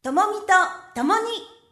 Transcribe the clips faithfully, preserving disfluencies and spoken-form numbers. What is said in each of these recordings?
ともみとともに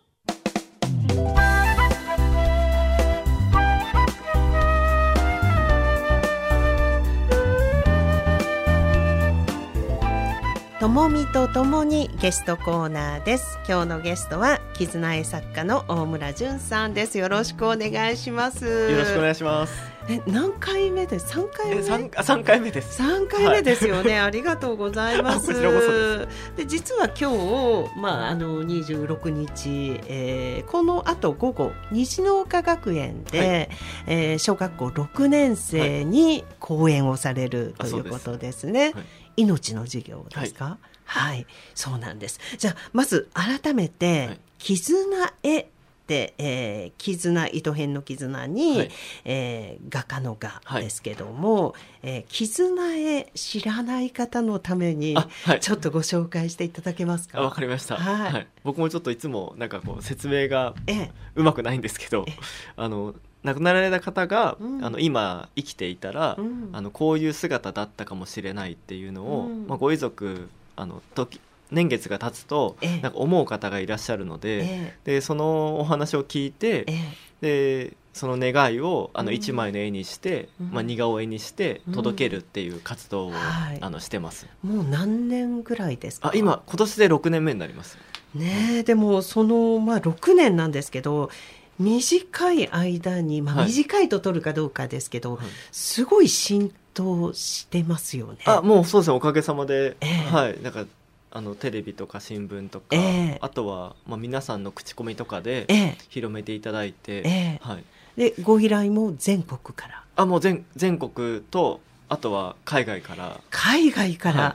ともみとともにゲストコーナーです。今日のゲストは絆絵作家の大村淳さんです。よろしくお願いします。 よろしくお願いします。 え何回目です？さんかいめ？ 3, 3回目です。 さんかいめですよね、はい、ありがとうございます。 こちらこそです。 で実は今日、まあ、あのにじゅうろくにち、えー、このあと午後西農家学園で、はい、えー、小学校ろくねん生に講演をされるということですね、はい、命の授業ですか？はい、はい、そうなんです。じゃあまず改めて、はい、絆絵で、えー、絆糸編の絆に、はい、えー、画家の画ですけども、はい、えー、絆絵知らない方のために、はい、ちょっとご紹介していただけますか？ わかりました、 はいはい、 僕もちょっといつもなんかこう説明がうまくないんですけど、ええ、あの亡くなられた方が、うん、あの今生きていたら、うん、あのこういう姿だったかもしれないっていうのを、うん、まあ、ご遺族あの時年月が経つと、ええ、なんか思う方がいらっしゃるので、ええ、でそのお話を聞いて、ええ、でその願いをあのいちまいの絵にして、うん、まあ、似顔絵にして届けるっていう活動を、うん、あのしてます。 もう何年ぐらいですか？ あ今今年でろくねんめになります、 ね。えでもその、まあ、ろくねんなんですけど短い間に、まあ、短いと取るかどうかですけど、はい、すごい浸透してますよね。 あもうそうですね、おかげさまで、ええ、はい、なんかあのテレビとか新聞とか、えー、あとは、まあ、皆さんの口コミとかで広めていただいて、 えーはい、 でご依頼も全国から？ あもう 全, 全国とあとは海外から。 海外から、はい、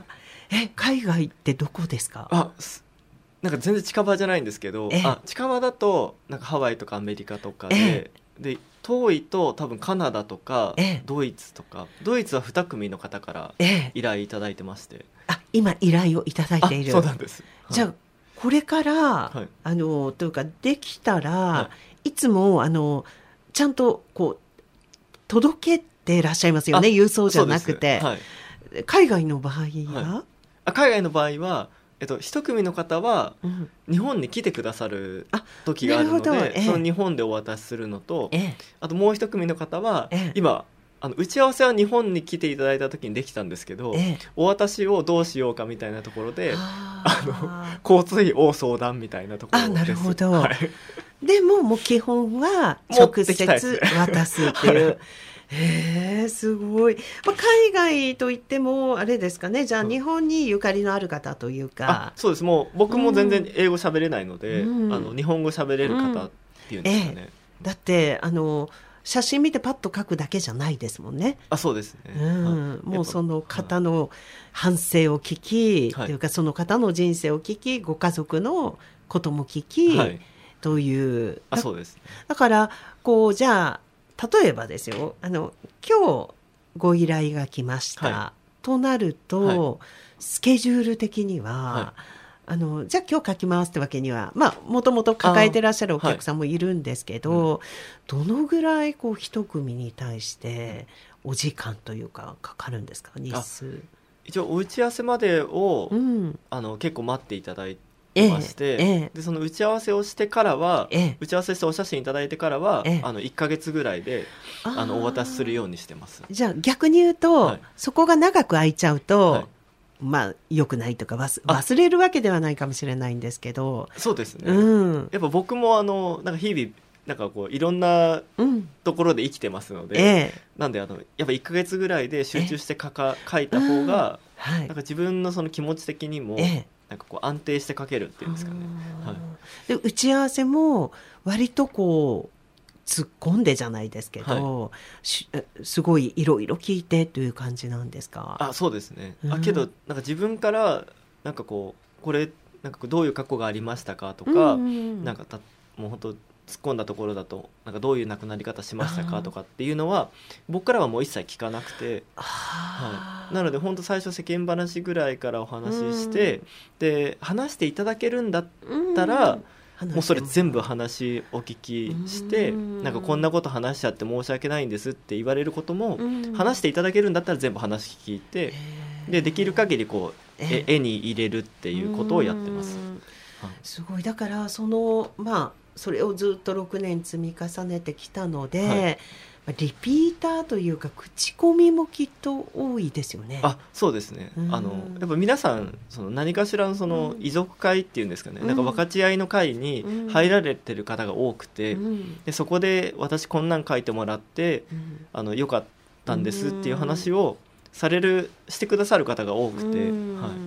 え海外ってどこですか？ あなんか全然近場じゃないんですけど、 えー、 あ近場だとなんかハワイとかアメリカとかで、えー、で遠いと多分カナダとか、えー、ドイツとかドイツはに組の方から依頼いただいてまして、えーあ今依頼をいただいている。 そうなんです、 はい、じゃあこれから、はい、あのというかできたら、はい、いつもあのちゃんとこう届けてらっしゃいますよね、郵送じゃなくて、はい、海外の場合は、はい、 あ海外の場合は、えっと、一組の方は日本に来てくださる時があるので、うん、ええ、その日本でお渡しするのと、ええ、あともう一組の方は、ええ、今あの打ち合わせは日本に来ていただいた時にできたんですけど、ええ、お渡しをどうしようかみたいなところであの交通費を相談みたいなところです。 あなるほど、はい、でももう基本は直接渡すっていうへーすごい、まあ、海外といってもあれですかね、じゃあ日本にゆかりのある方というか、 あそうです、もう僕も全然英語喋れないので、うん、あの日本語喋れる方っていうんですかね、うんええ、 だってあの写真見てパッと描くだけじゃないですもんね。 あそうですね、 うんはい、もうその方の反省を聞き、はい、というかその方の人生を聞き、ご家族のことも聞き、はい、というあそうです、ね、 だからこうじゃあ例えばですよ、あの今日ご依頼が来ました、はい、となると、はい、スケジュール的には、はいあのじゃあ今日書きますってわけには、まあもともと抱えてらっしゃるお客さんもいるんですけど、はいうん、どのぐらいこう一組に対してお時間というかかかるんですか、日数？ 一応お打ち合わせまでを、うん、あの結構待っていただいてまして、えええ、でその打ち合わせをしてからは、え、打ち合わせしてお写真いただいてからは、あのいっかげつぐらいであのお渡しするようにしてます。 じゃあ逆に言うと、はい、そこが長く空いちゃうと、はいまあ、良くないとか 忘, 忘れるわけではないかもしれないんですけど。 そうですね、 うん、 やっぱ僕もあのなんか日々なんかこういろんなところで生きてますので、うんええ、なんであのやっぱいっかげつぐらいで集中してかか書いた方が、はい、なんか自分のその気持ち的にも、え、なんかこう安定して書けるっていうんですかね、はい、 で打ち合わせも割とこう突っ込んでじゃないですけど、はい、すごいいろいろ聞いてという感じなんですか？ あそうですね、うん、あけどなんか自分からなんかこうこれなんかどういう過去がありましたかとか、うんうん、なんかたもう本当突っ込んだところだとなんかどういう亡くなり方しましたかとかっていうのは僕からはもう一切聞かなくて、はい、なので本当最初世間話ぐらいからお話しして、うん、で話していただけるんだったら、うんもうそれ全部話お聞きしてなんかこんなこと話しちゃって申し訳ないんですって言われることも話していただけるんだったら全部話聞いてでできる限りこう絵に入れるっていうことをやってます。 すごい。だからそのまあそれをずっとろくねん積み重ねてきたので、はい、リピーターというか口コミもきっと多いですよね。 あ、そうですね。あのやっぱ皆さんその何かしらのその遺族会っていうんですかね、うん、なんか分かち合いの会に入られてる方が多くて、うん、でそこで私こんなん書いてもらって、うん、あのよかったんですっていう話をされるしてくださる方が多くて、うんはい、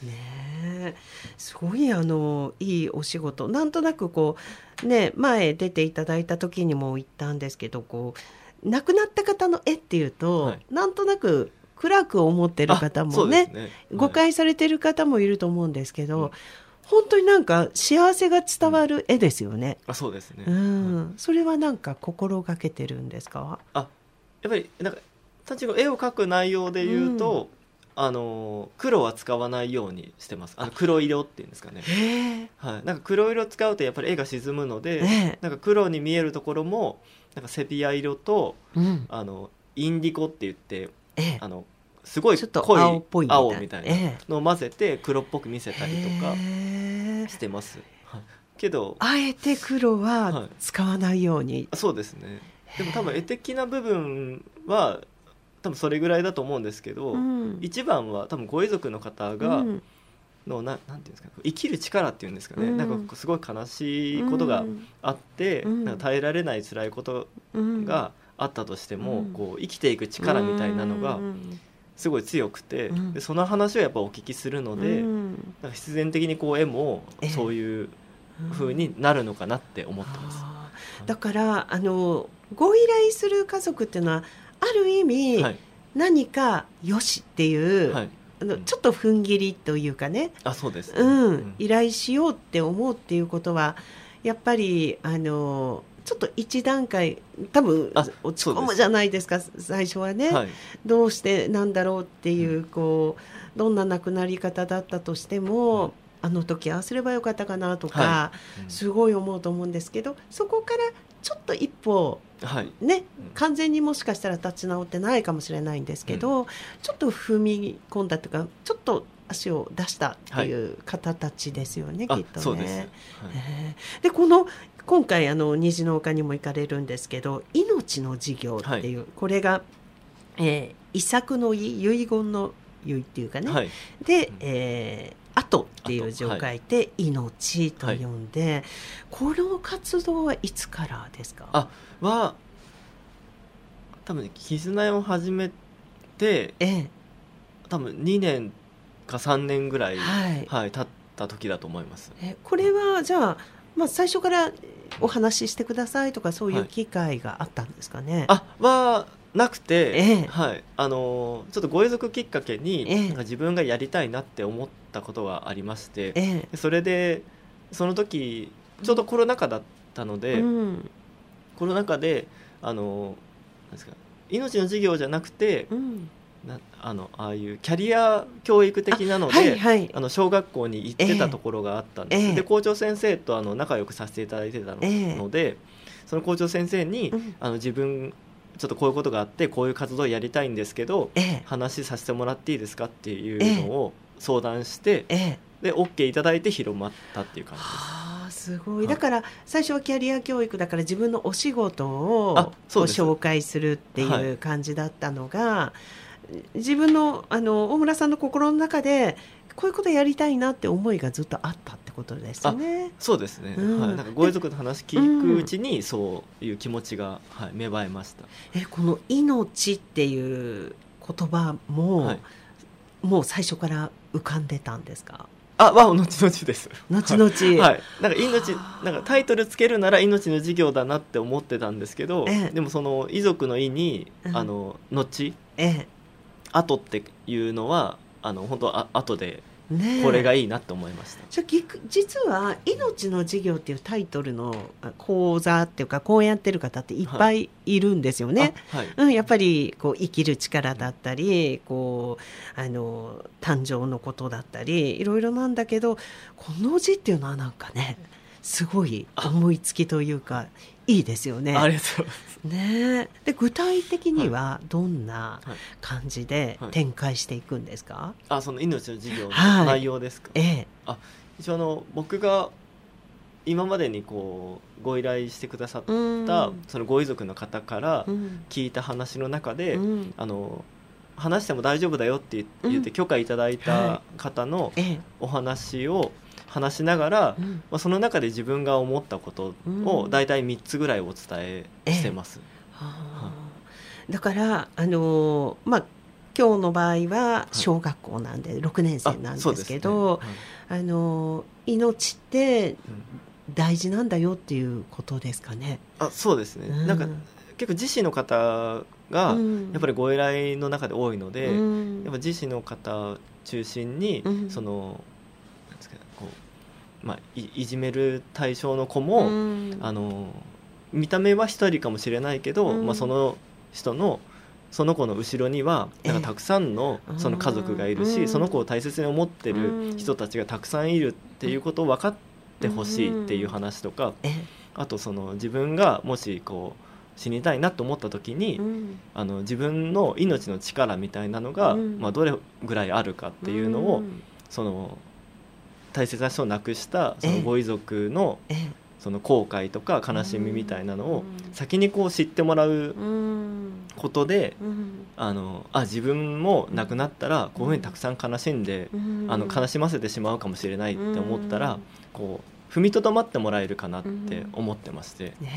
ね、すごいあのいいお仕事。なんとなくこうね、前出ていただいた時にも言ったんですけど、こう亡くなった方の絵っていうと、はい、なんとなく暗く思ってる方も ね, ね、はい、誤解されてる方もいると思うんですけど、うん、本当になんか幸せが伝わる絵ですよね、 うん、あ、そうですね、 うんはい、 それはなんか心がけてるんですか？ あ、やっぱりなんかたちの絵を描く内容で言うと、うん、あの黒は使わないようにしてます。あの黒色っていうんですかね、はい、なんか黒色使うとやっぱり絵が沈むので、なんか黒に見えるところもなんかセピア色と、うん、あのインディゴって言って、ええ、あのすごい濃い青っぽいみたいな、青みたいなのを混ぜて黒っぽく見せたりとかしてます、はい、けどあえて黒は使わないように、 はい、そうですね。でも多分絵的な部分は多分それぐらいだと思うんですけど、うん、一番は多分ご遺族の方が、うんのななんていうんですか、生きる力っていうんですかね、うん、なんかすごい悲しいことがあって、うん、なんか耐えられない辛いことがあったとしても、うん、こう生きていく力みたいなのがすごい強くて、うん、でその話をやっぱお聞きするので、うん、なんか必然的にこう絵もそういう風になるのかなって思ってます、 うん、だからあのご依頼する家族っていうのはある意味、はい、何かよしっていう、はい、ちょっと踏ん切りというかね、 あ、そうですね、 うんうん、依頼しようって思うっていうことはやっぱりあのちょっと一段階多分落ち込むじゃないですか、最初はね、はい、どうしてなんだろうっていう、こうどんな亡くなり方だったとしても、うん、あの時ああすればよかったかなとか、はいうん、すごい思うと思うんですけど、そこからちょっと一歩はいね、完全にもしかしたら立ち直ってないかもしれないんですけど、うん、ちょっと踏み込んだというかちょっと足を出したっていう方たちですよね、はい、きっとね。 そうです、はいえー、でこの今回あの虹の丘にも行かれるんですけど、命の授業っていう、はい、これが、えー、遺作の遺遺言の遺っていうかね、はい、で、うんえー後っていう字を書いて、はい、命と呼んで、はい、この活動はいつからですか？ あは多分絆を始めて、ええ、多分にねんかさんねんぐらい、はいはい、経った時だと思います。 えこれはじゃあ、まあ、最初からお話ししてくださいとかそういう機会があったんですかね？ はい、あはなくて、ええはいあのー、ちょっとご遺族きっかけに、ええ、なんか自分がやりたいなって思ったことがありまして、ええ、それでその時ちょうどコロナ禍だったので、うん、コロナ禍であのー、なんですか、命の授業じゃなくて、うん、なあのああいうキャリア教育的なので、あ、はいはい、あの小学校に行ってたところがあったんです、ええ、で校長先生とあの仲良くさせていただいてたの、え、のでその校長先生に、うん、あの自分ちょっとこういうことがあってこういう活動をやりたいんですけど、ええ、話させてもらっていいですかっていうのを相談して、ええ、で オーケー いただいて広まったっていう感じです。 はあ、すごい。だから最初はキャリア教育だから自分のお仕事をご紹介するっていう感じだったのが、はい、自分の、あの大村さんの心の中でこういうことやりたいなって思いがずっとあったってことですね。 そうですね、うんはい、なんかご遺族の話聞くうちにそういう気持ちが、はい、芽生えました。 えこの命っていう言葉も、はい、もう最初から浮かんでたんですか？ あは後々です。 後々、はいはい、なんか命なんかタイトルつけるなら命の授業だなって思ってたんですけど、ええ、でもその遺族の意に、うん、あの後、ええ、後っていうのはあの本当は後でこれがいいなと思いました。 じゃ実は命の授業っていうタイトルの講座っていうか講演やってる方っていっぱいいるんですよね、はいはいうん、やっぱりこう生きる力だったりこうあの誕生のことだったりいろいろなんだけど、この字っていうのはなんかねすごい思いつきというかいいですよね。 ありがとうございます、 ね、で具体的にはどんな感じで展開していくんですか？ はいはい、あその命の授業の内容ですか？ はい、ええ、 あ一応あの僕が今までにこうご依頼してくださった、うん、そのご遺族の方から聞いた話の中で、うん、あの話しても大丈夫だよって言って許可いただいた方のお話を話しながら、うんまあ、その中で自分が思ったことをだいたいみっつぐらいお伝えしてます、 ええはあ、だからあのーまあ今日の場合は小学校なんでろくねん生なんですけど、はいあ、ねはい、あの命って大事なんだよっていうことですかね。 あそうですね、うん、なんか結構自身の方がやっぱりご依頼の中で多いので、うん、やっぱ自身の方中心に、うん、そのなんですかこう、まあ、い, いじめる対象の子も、うん、あの見た目は一人かもしれないけど、うんまあ、その人のその子の後ろにはなんかたくさんのその家族がいるし、その子を大切に思ってる人たちがたくさんいるっていうことを分かってほしいっていう話とか、あとその自分がもしこう死にたいなと思った時に、あの自分の命の力みたいなのがまあどれぐらいあるかっていうのを、その大切な人を亡くしたそのご遺族のその後悔とか悲しみみたいなのを先にこう知ってもらうことで、あのあ自分も亡くなったらこういうふうにたくさん悲しんであの悲しませてしまうかもしれないって思ったらこう踏みとどまってもらえるかなって思ってまして、はい、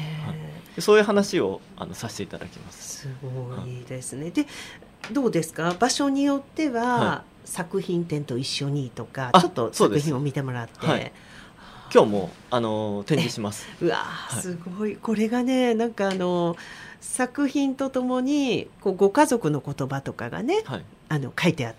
そういう話をあのさせていただきます。 すごいですね。でどうですか、場所によっては、はい、作品展と一緒にとかちょっと作品を見てもらって、はい、 今日もあの展示します。 うわ、はい、すごい。これがねなんかあの作品とともにこうご家族の言葉とかがね、はい、あの書いてあって、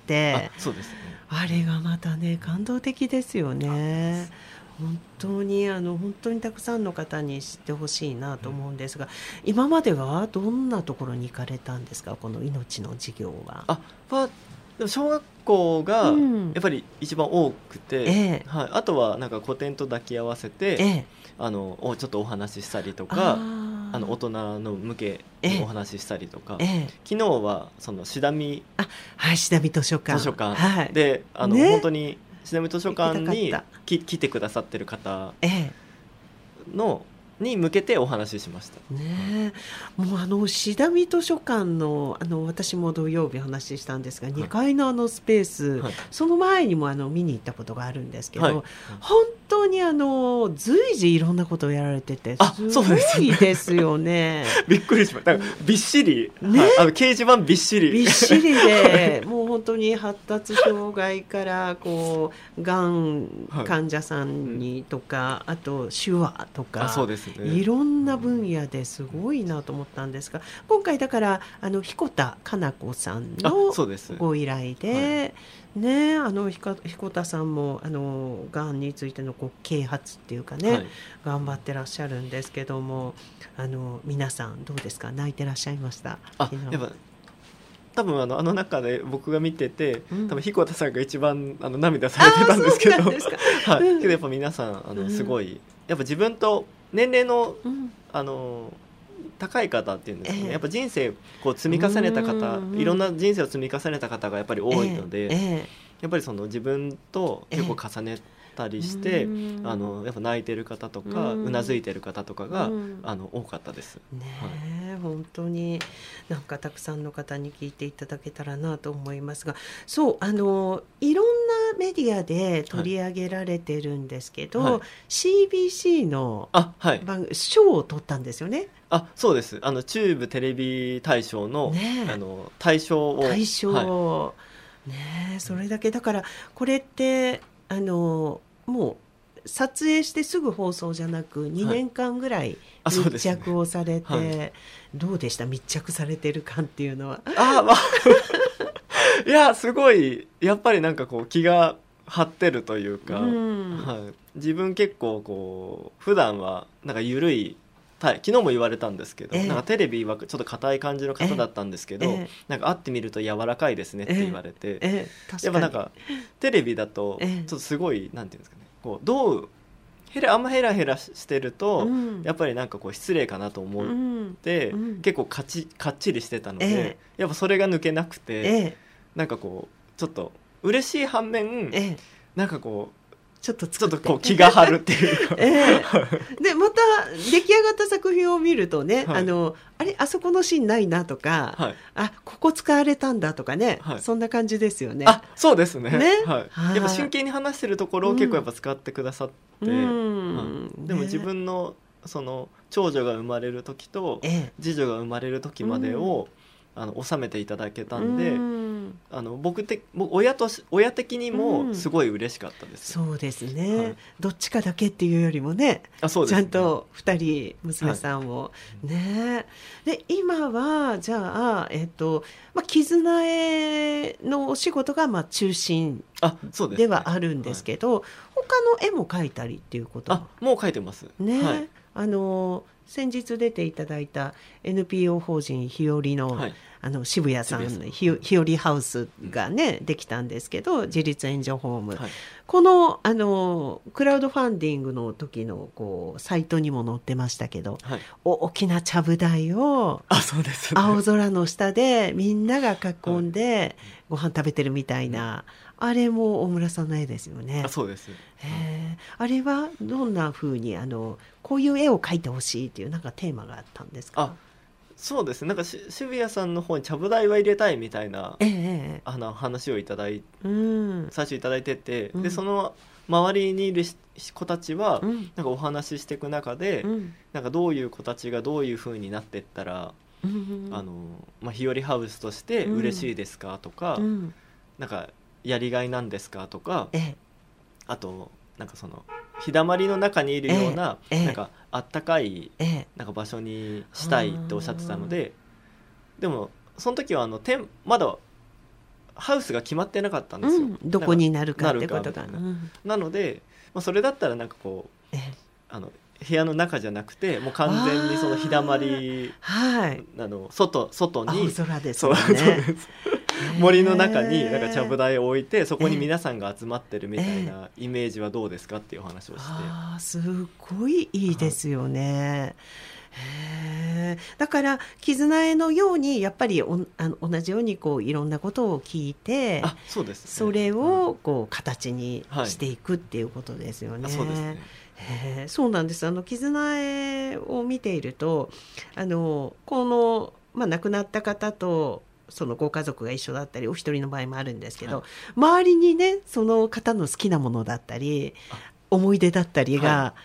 あ、そうですね、 あれがまたね感動的ですよね。本当にあの本当にたくさんの方に知ってほしいなと思うんですが、うん、今まではどんなところに行かれたんですか、この命の授業は。 あ、まあ、でも小学校がやっぱり一番多くて、うんええはい、あとはなんか古典と抱き合わせて、ええ、あのちょっとお話ししたりとか、ああの大人の向けにお話ししたりとか、ええ、昨日はそのしだみあ、はい、しだみ図書館図書館、はい、であの、ね、本当にしだみ図書館にき来てくださってる方の、ええに向けてお話ししました、 ね、もうあのしだみ図書館 の, あの私も土曜日お話ししたんですが、はい、にかいのあのスペース、はい、その前にもあの見に行ったことがあるんですけど、はい、本当にあの随時いろんなことをやられててすごいですよね。 びっくりしました。びっしり、ねはい、あの掲示板びっしりびっしりでもう本当に発達障害からこうがん患者さんにとか、はい、あと手話とか、 あ、そうですね、 いろんな分野ですごいなと思ったんですが、今回だからあの彦田かな子さんのご依頼で、はい、ね、あの彦田さんもあのがんについてのこう啓発っていうかね、はい、頑張ってらっしゃるんですけども、あの皆さんどうですか、泣いてらっしゃいました？ あ、やっぱ多分あのあの中で僕が見てて、うん、多分彦田さんが一番あの涙されてたんですけど、はい、けどやっぱ皆さんあのすごい、うん、やっぱ自分と年齢の、うん、あの高い方っていうんですかね、えー、やっぱ人生こう積み重ねた方、いろんな人生を積み重ねた方がやっぱり多いので、えーえー、やっぱりその自分と結構重ねたりして、えー、あのやっぱ泣いてる方とかうなずいてる方とかがあの多かったです、 ね、はい、本当になんかたくさんの方に聞いていただけたらなと思いますが、そうあのいろんなメディアで取り上げられてるんですけど、はいはい、シービーシー の番組賞を取ったんですよね。 あ、そうです。あの中部テレビ大賞の、ね、あの大賞を大賞、はい、ね、それだけだからこれってあのもう撮影してすぐ放送じゃなくにねんかんぐらい密着をされて、はいね、どうでした、密着されてる感っていうのは。 あ、まあ、いやすごいやっぱりなんかこう気が張ってるというか、うんはい、自分結構こう普段はなんか緩い、はい、昨日も言われたんですけど、えー、なんかテレビはちょっと硬い感じの方だったんですけど、えー、なんか会ってみると柔らかいですねって言われて、えー、やっぱなんかテレビだとちょっとすごい、なんていうんですかね、こうどうヘラあんまヘラヘラしてると、うん、やっぱりなんかこう失礼かなと思って、うん、結構かち、かっちりしてたので、やっぱそれが抜けなくて、なんかこうちょっと嬉しい反面、なんかこうちょっとちょ作ってっとこう気が張るっていうか、 ええ、でまた出来上がった作品を見るとね、 はい、 あのあれあそこのシーンないなとか、 はい、 あここ使われたんだとかね、 はい、 そんな感じですよね。 あそうですね、 ね、 はいはい、やっぱ真剣に話してるところを結構やっぱ使ってくださって、 うんはい、でも自分のその長女が生まれる時と次女が生まれる時までを、うん、あの収めていただけたんで、うん、あの僕て親と親的にもすごい嬉しかったです、 うん、そうですね、 はい、 どっちかだけっていうよりもね、 あそうですね、 ちゃんとふたり娘さんを、はい、ねで今はじゃあ、えっとまあ、絆絵のお仕事がまあ中心ではあるんですけど、はい、他の絵も描いたりっていうことあもう描いてますね、 はい、 あの先日出ていただいた エヌピーオー 法人ひよりの、 はい、 あの渋谷さんのひよりハウスがね、うん、できたんですけど、自立援助ホーム、はい、この、あのクラウドファンディングの時のこうサイトにも載ってましたけど、はい、大きなちゃぶ台をあそうです、ね、 青空の下でみんなが囲んでご飯食べてるみたいな、はい、あれも大村さんの絵ですよね。 あそうです、 えー、あれはどんな風にあのこういう絵を描いてほしいっていうなんかテーマがあったんですか？ あそうですね、なんかし渋谷さんの方にちゃぶ台は入れたいみたいな、 ええ、 あの話をいただい、 うん、 最初いただいてて、 うん、 でその周りにいる子たちは、 うん、 なんかお話ししていく中で、うん、なんかどういう子たちがどういう風になっていったら、うん、あのまあ、日和ハウスとして嬉しいですかとか、うん、なんかやりがいなんですかとか、 ええ、 あとなんかその日だまりの中にいるような、ええ、なんかあったかい、ええ、なんか場所にしたいっておっしゃってたので、でもその時はあのてんまだハウスが決まってなかったんですよ、うん、 どこになるかってことが な, な, なので、まあ、それだったらなんかこう、ええ、あの部屋の中じゃなくてもう完全にその日だまり、 はい、 あの 外, 外に青空ですよね。 そうそうです森の中になんかちゃぶ台を置いてそこに皆さんが集まってるみたいなイメージはどうですかっていう話をして、 あすごいいいですよね。へだから絆絵のようにやっぱりおあの同じようにこういろんなことを聞いて、 あそうですね、 それをこう形にしていくっていうことですよね。 はい、そうですね。 へそうなんです。あの絆絵を見ているとあのこの、まあ、亡くなった方とそのご家族が一緒だったりお一人の場合もあるんですけど、はい、周りにねその方の好きなものだったり思い出だったりが、はい、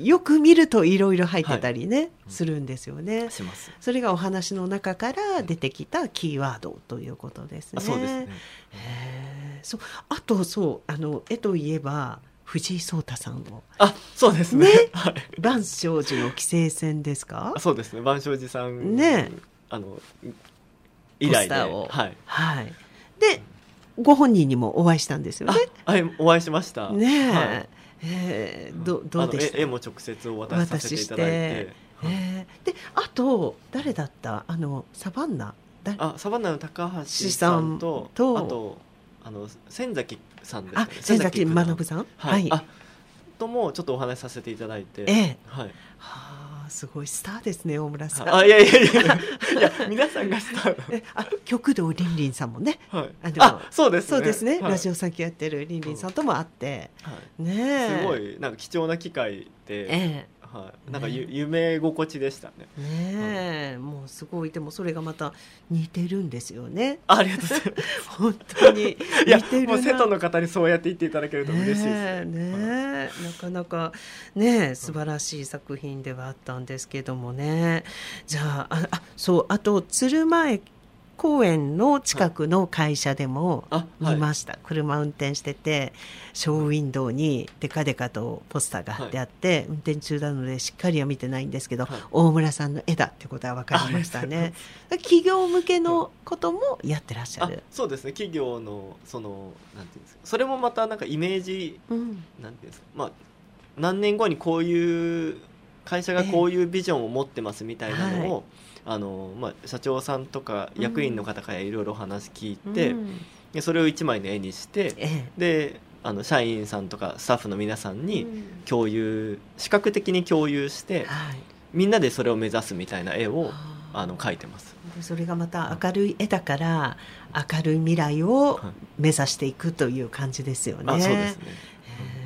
よく見るといろいろ入ってたりね、はい、するんですよね、 うん、します。 それがお話の中から出てきたキーワードということですね。 あそうですね。 へそうあとそうあの絵といえば藤井聡太さんをあそうですね、 ねはい、 万象寺の棋聖戦ですか？ あそうですね、万象寺さんねあの以来でポスターを、 はいはい、でご本人にもお会いしたんですよね。 あはいお会いしましたねえ、 はいえー、ど, どうでした？ 絵も直接お渡しさせていただいて、 えー、であと誰だったあのサバンナあサバンナの高橋さん と, とあとあの千崎さんですかね、 千崎学さん、 はいはい、あともちょっとお話しさせていただいて、 えーはい、 はあすごいスターですね大村さん。 あいやいやいやいや皆さんがスターえあ極道りんりんさんもね、 はい、 ああそうですねそうですね、 はい、 ラジオ先やってるりんりんさんとも会って、 はい、 ねすごいなんか貴重な機会で、 えーはい、なんかゆ、ね、夢心地でしたね。 ねえ、はい、もうすごいでもそれがまた似てるんですよね。 あ, ありがとうございます本当に似てるな。 いやもう瀬戸の方にそうやって言っていただけると嬉しいですね。 ねえ、はい、なかなかね素晴らしい作品ではあったんですけどもね。じゃあ あ, あそうあと鶴舞公園の近くの会社でも見ました、はい、車運転しててショーウィンドウにデカデカとポスターが貼ってあって、はい、運転中なのでしっかりは見てないんですけど、はい、大村さんの絵だってことは分かりましたね。企業向けのこともやってらっしゃる。 そうですね、企業のそのなんていうんですか、それもまたなんかイメージ、うん、なんていうんですか、まあ、何年後にこういう会社がこういうビジョンを持ってますみたいなのを、はいあのまあ、社長さんとか役員の方からいろいろお話聞いて、うん、でそれを一枚の絵にして、ええ、であの社員さんとかスタッフの皆さんに共有、うん、視覚的に共有して、はい、みんなでそれを目指すみたいな絵をあの描いてます。 それがまた明るい絵だから明るい未来を目指していくという感じですよね。 あそうですね。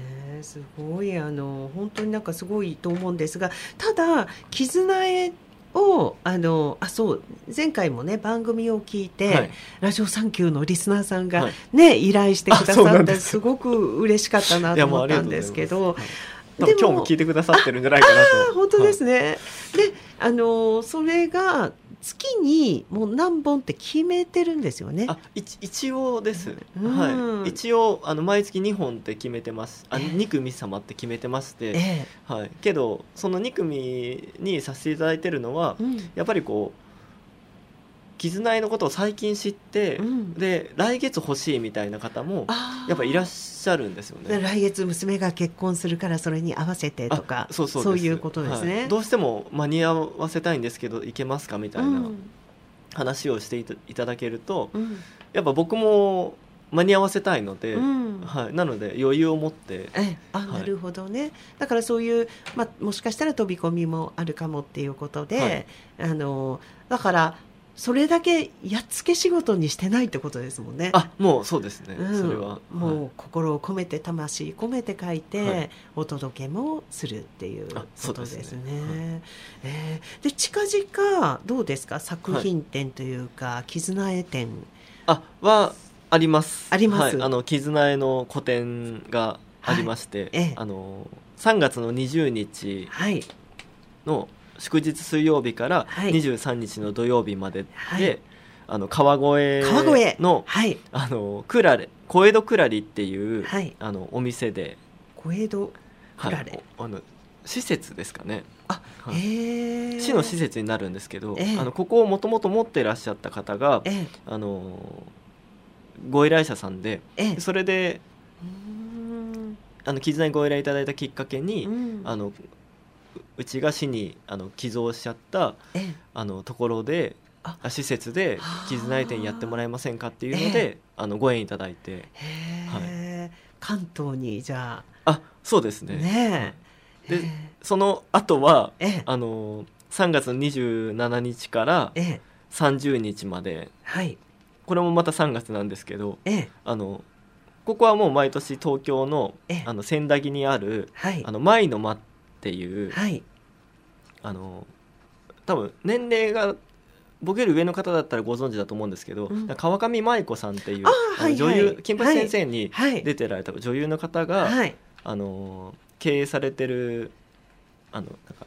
すごいあの本当になんかすごいと思うんですが、ただ絆絵をあのあそう前回もね番組を聞いて、はい、ラジオサンキューのリスナーさんがね、はい、依頼してくださってすごく嬉しかったなと思ったんですけど、 多分今日も聞いてくださってるんじゃないかなと。 本当ですね、はい、であのそれが月にもう何本って決めてるんですよね。 あ一応です、はい、一応あの毎月にほんって決めてます。あ、えー、に組様って決めてまして、えーはい、けどそのに組にさせていただいてるのは、うん、やっぱりこう絆絵のことを最近知って、うん、で来月欲しいみたいな方もやっぱいらっしゃるんですよね。 来月娘が結婚するからそれに合わせてとか、そうそうそういうことですね、 はい、どうしても間に合わせたいんですけどいけますかみたいな話をしていただけると、うん、やっぱ僕も間に合わせたいので、うんはい、なので余裕を持ってえあ、はい、なるほどね。だからそういう、まあ、もしかしたら飛び込みもあるかもっていうことで、はい、あのだからそれだけやっつけ仕事にしてないってことですもんね。 あもうそうですね、うん、それはもう心を込めて魂込めて書いて、はい、お届けもするっていうことですね。ですね、はいえー、で近々どうですか作品展というか、はい、絆絵展あはありますあります、 はい、あの絆絵の個展がありまして、はいええ、あのさんがつのにじゅうにちの、はい祝日水曜日からにじゅうさんにちの土曜日までで、はい、あの川越の、はい、あのクラレ小江戸クラリっていう、はい、あのお店で小江戸クラレ、はい、 あの施設ですかね。 あ、はい、へ市の施設になるんですけど、あのここをもともと持っていらっしゃった方があのご依頼者さんで、それであの絆にご依頼いただいたきっかけに、うん、あのうちが市にあの寄贈しちゃったあのところであ施設で絆絵展やってもらえませんかっていうのであのご縁いただいて、 はい、関東にじゃああそうですね。ねでその後はあのさんがつのにじゅうしちにちからさんじゅうにちまで、はい、これもまたさんがつなんですけど、あのここはもう毎年東京のあの千駄木にある、はい、あの舞の間っていう、はい、あの多分年齢が僕より上の方だったらご存知だと思うんですけど、うん、川上舞子さんっていうああの女優、はいはい、金八先生に出てられた女優の方が、はい、あの経営されてるあのなんか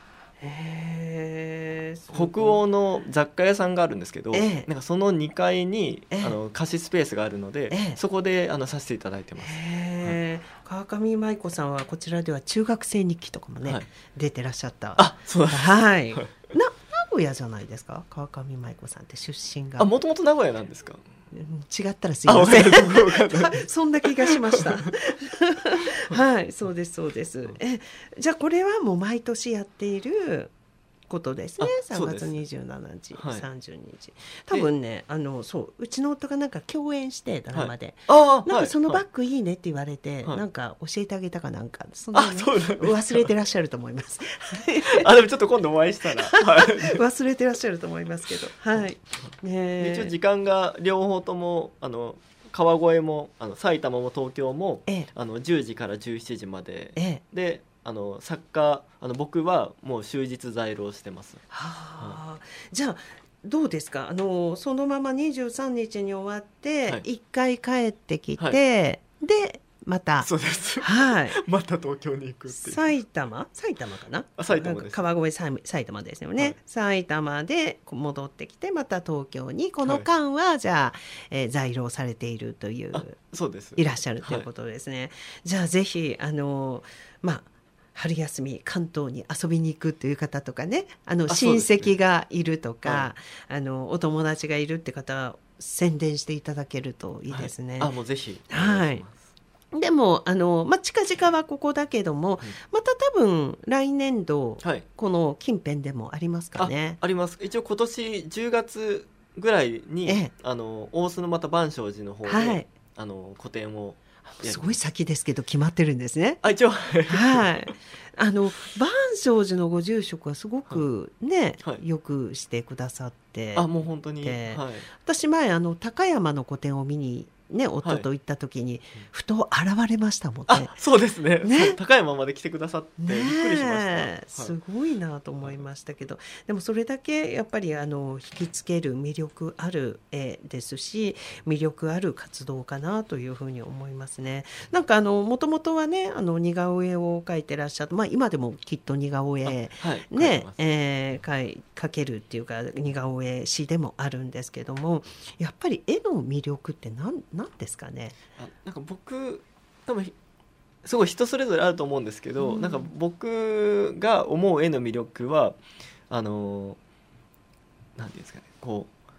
へ北欧の雑貨屋さんがあるんですけど、えー、なんかそのにかいに、えー、あの貸しスペースがあるので、えー、そこであのさせていただいてます。 へー、はい、川上舞子さんはこちらでは中学生日記とかもね、はい、出てらっしゃった。 あ、そうなんです、 はい、な名古屋じゃないですか川上舞子さんって出身が。 あ、もともと名古屋なんですか。 違ったらすいませんそんな気がしましたはいそうですそうです。えじゃあこれはもう毎年やっていることですね。さんがつにじゅうしちにち、はい、さんじゅうにち多分ねあのそううちの夫がなんか共演してドラマで、はい、なんかそのバッグいいねって言われて、はい、なんか教えてあげたかなんかそんな、ね、忘れてらっしゃると思いますあでもちょっと今度お会いしたら、はい、 忘れてらっしゃると思いますけど、はい、 ね、一応時間が両方ともあの川越もあの埼玉も東京も、ええ、あのじゅうじからじゅうしちじまで、ええ、であの作家あの僕はもう終日在労してます。 はあ、じゃあどうですかあのそのままにじゅうさんにちに終わって、はい、いっかい帰ってきて、はい、でまたそうです、 はい、 また東京に行くっていう。 埼玉埼玉かなあ埼玉です。 川越埼玉ですよね、はい、埼玉で戻ってきてまた東京にこの間は、はい、じゃあ、えー、在労されているというそうですいらっしゃるということですね、はい、じゃあぜひあのまあ春休み関東に遊びに行くという方とかねあの親戚がいるとか、はい、あのお友達がいるって方は宣伝していただけるといいですね、 はい、あもうぜひはい。でもあの、まあ、近々はここだけども、はい、また多分来年度、はい、この近辺でもありますかね。 あ, あります。一応今年じゅうがつぐらいに、ええ、あの大須のまた万象寺の方で、はい、あの個展をすごい先ですけど決まってるんですね。 あ一応はいあの万象寺のご住職はすごくね、はい、よくしてくださってあもう本当に、はい、 私前あの高山の個展を見にね、夫と行った時に、はい、ふと現れましたもんね。 あ、そうですね。ね、高山まで来てくださってびっくりしました、 ね、すごいなと思いましたけど、はい、でもそれだけやっぱりあの引きつける魅力ある絵ですし、魅力ある活動かなというふうに思いますね。なんかあのもともとはね、あの似顔絵を描いてらっしゃって、まあ、今でもきっと似顔絵、はい、ね、えー、描描けるっていうか似顔絵師でもあるんですけども、やっぱり絵の魅力って何なんですかね。 あ、なんか僕多分すごい人それぞれあると思うんですけど、うん、なんか僕が思う絵の魅力はあのなんていうんですかね、こう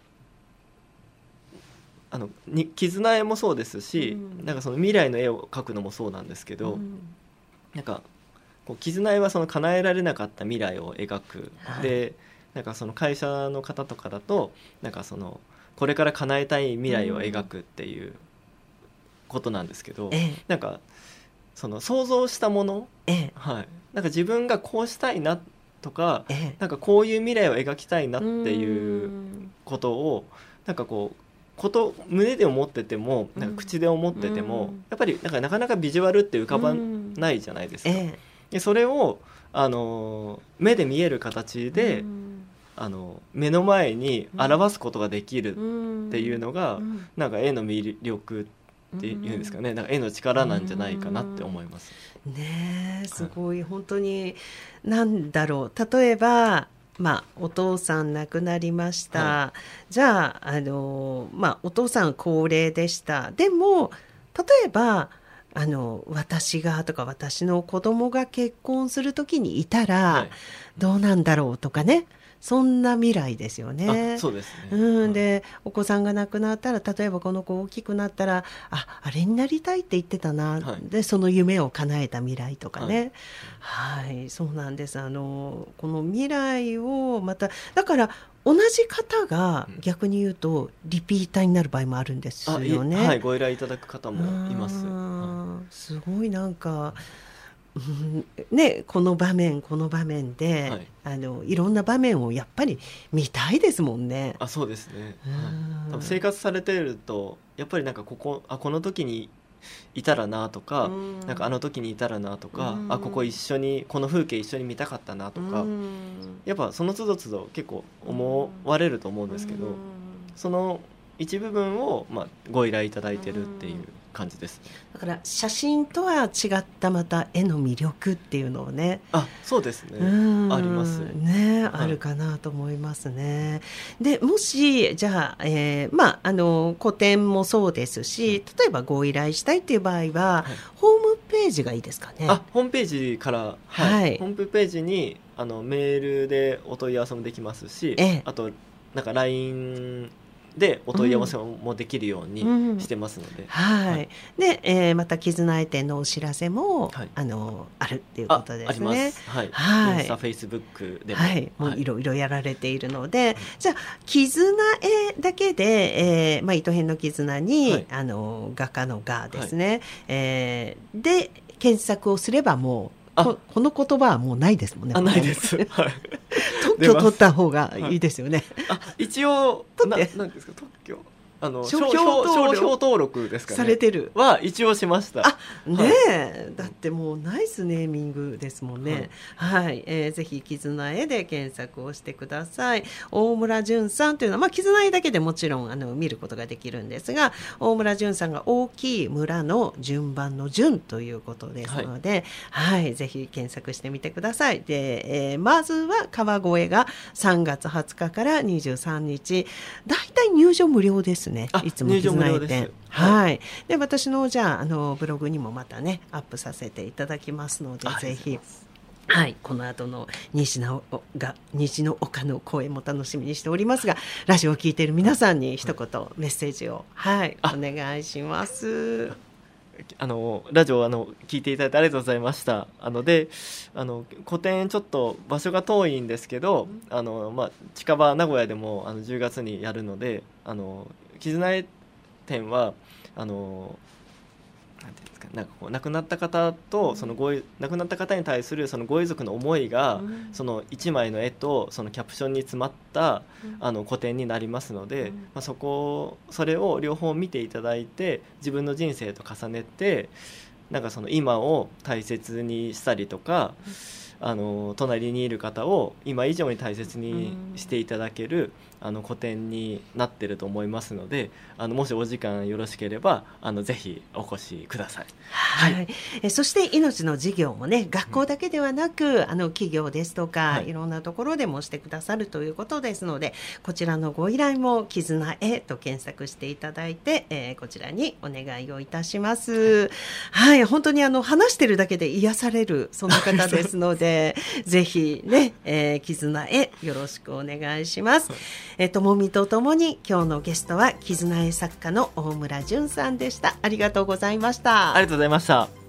あのに絆絵もそうですし、うん、なんかその未来の絵を描くのもそうなんですけど、うん、なんかこう絆絵はその叶えられなかった未来を描く、はい、でなんかその会社の方とかだとなんかそのこれから叶えたい未来を描くっていうことなんですけど、うん、なんかその想像したもの、ええ、はい、なんか自分がこうしたいなとか、ええ、なんかこういう未来を描きたいなっていうことをなんかこうこと胸で思っててもなんか口で思ってても、うん、やっぱりなんかなかなかビジュアルって浮かばないじゃないですか、うん、ええ、でそれをあの目で見える形で、うん、あの目の前に表すことができるっていうのが、うん、なんか絵の魅力っていうんですかね、なんか絵の力なんじゃないかなって思います、 ねえ、すごい、はい、本当になんだろう、例えばまあ、お父さん亡くなりました、はい、じゃあ、あの、まあ、お父さん高齢でした。でも例えばあの私がとか私の子供が結婚する時にいたら、はい、どうなんだろうとかね、そんな未来ですよね。 あ、そうですね、 うん、で、お子さんが亡くなったら、例えばこの子大きくなったら、あ、あれになりたいって言ってたな、はい、でその夢を叶えた未来とかね、はい、はい、そうなんです。あのこの未来をまただから同じ方が逆に言うとリピーターになる場合もあるんですよね。 はい、ご依頼いただく方もいます、 はい、すごいなんかうんね、この場面この場面で、はい、あのいろんな場面をやっぱり見たいですもんね。 あ、そうですね、はい、多分生活されてるとやっぱりなんかここあこの時にいたらなとか、なんかあの時にいたらなとか、あここ一緒にこの風景一緒に見たかったなとか、やっぱその都度都度結構思われると思うんですけど、その一部分を、まあ、ご依頼いただいてるっていう感じです。 だから写真とは違ったまた絵の魅力っていうのをね、 あ、そうですね、ありますね、はい、あるかなと思いますね。でもしじゃあ、えーまあ、あの個展もそうですし、例えばご依頼したいっていう場合は、はい、ホームページがいいですかね。 あ、ホームページから、はいはい、ホームページにあのメールでお問い合わせもできますし、ええ、あとなんか ラインでお問い合わせもできるようにしてますので、うんうん、 はいはい、で、えー、また絆絵展のお知らせも、はい、あのあるっていうことですね。 あ, あります、はいはい、インスタ、フェイスブックでも、はい、もういろいろやられているので、はい、じゃあ絆絵だけで、えーまあ、糸編の絆に、はい、あの画家の画ですね、はい、えー、で検索をすればもうこ, この言葉はもうないですもんね。 あ、ないです、はい、 特許取った方がいいですよね。 はい、あ、一応ななんですか、特許あの商標登録ですかね、 されてるは一応しました。 あ、ねえ、はい、だってもうナイスネーミングですもんね。はい、はい、えー、ぜひ絆絵で検索をしてください。大村淳さんというのは、まあ、絆絵だけでもちろんあの見ることができるんですが、大村淳さんが大きい村の順番の順ということですので、はい、はい、ぜひ検索してみてください。で、えー、まずは川越がさんがつはつかからにじゅうさんにち、だいたい入場無料ですね。いつも絆絵展、はい、で私のじゃあ、あのブログにもまたねアップさせていただきますので、ぜひ、はい、この後の西のが西の丘の公演も楽しみにしておりますが、ラジオを聞いている皆さんに一言メッセージを、はい、お願いします。 あのラジオあの聞いていただいてありがとうございました。あのであの個展ちょっと場所が遠いんですけど、あの、まあ、近場名古屋でもあのじゅうがつにやるので、あの絆絵展はあのなんかこう亡くなった方とそのごい亡くなった方に対するそのご遺族の思いが、うん、そのいちまいの絵とそのキャプションに詰まった、うん、あの個展になりますので、うん、まあ、そこそれを両方見ていただいて自分の人生と重ねてなんかその今を大切にしたりとか、うん、あの隣にいる方を今以上に大切にしていただける、うん、あの個展になってると思いますので、あのもしお時間よろしければあのぜひお越しください。 はい、はい、えそして命の事業もね、学校だけではなく、うん、あの企業ですとか、はい、いろんなところでもしてくださるということですので、こちらのご依頼も絆へと検索していただいて、えー、こちらにお願いをいたします。はい、はい、本当にあの話してるだけで癒されるそんな方ですのでぜひね、えー、絆へよろしくお願いします。えー、ともみとともに今日のゲストは絆へ作家の大村淳さんでした。ありがとうございました。 ありがとうございました。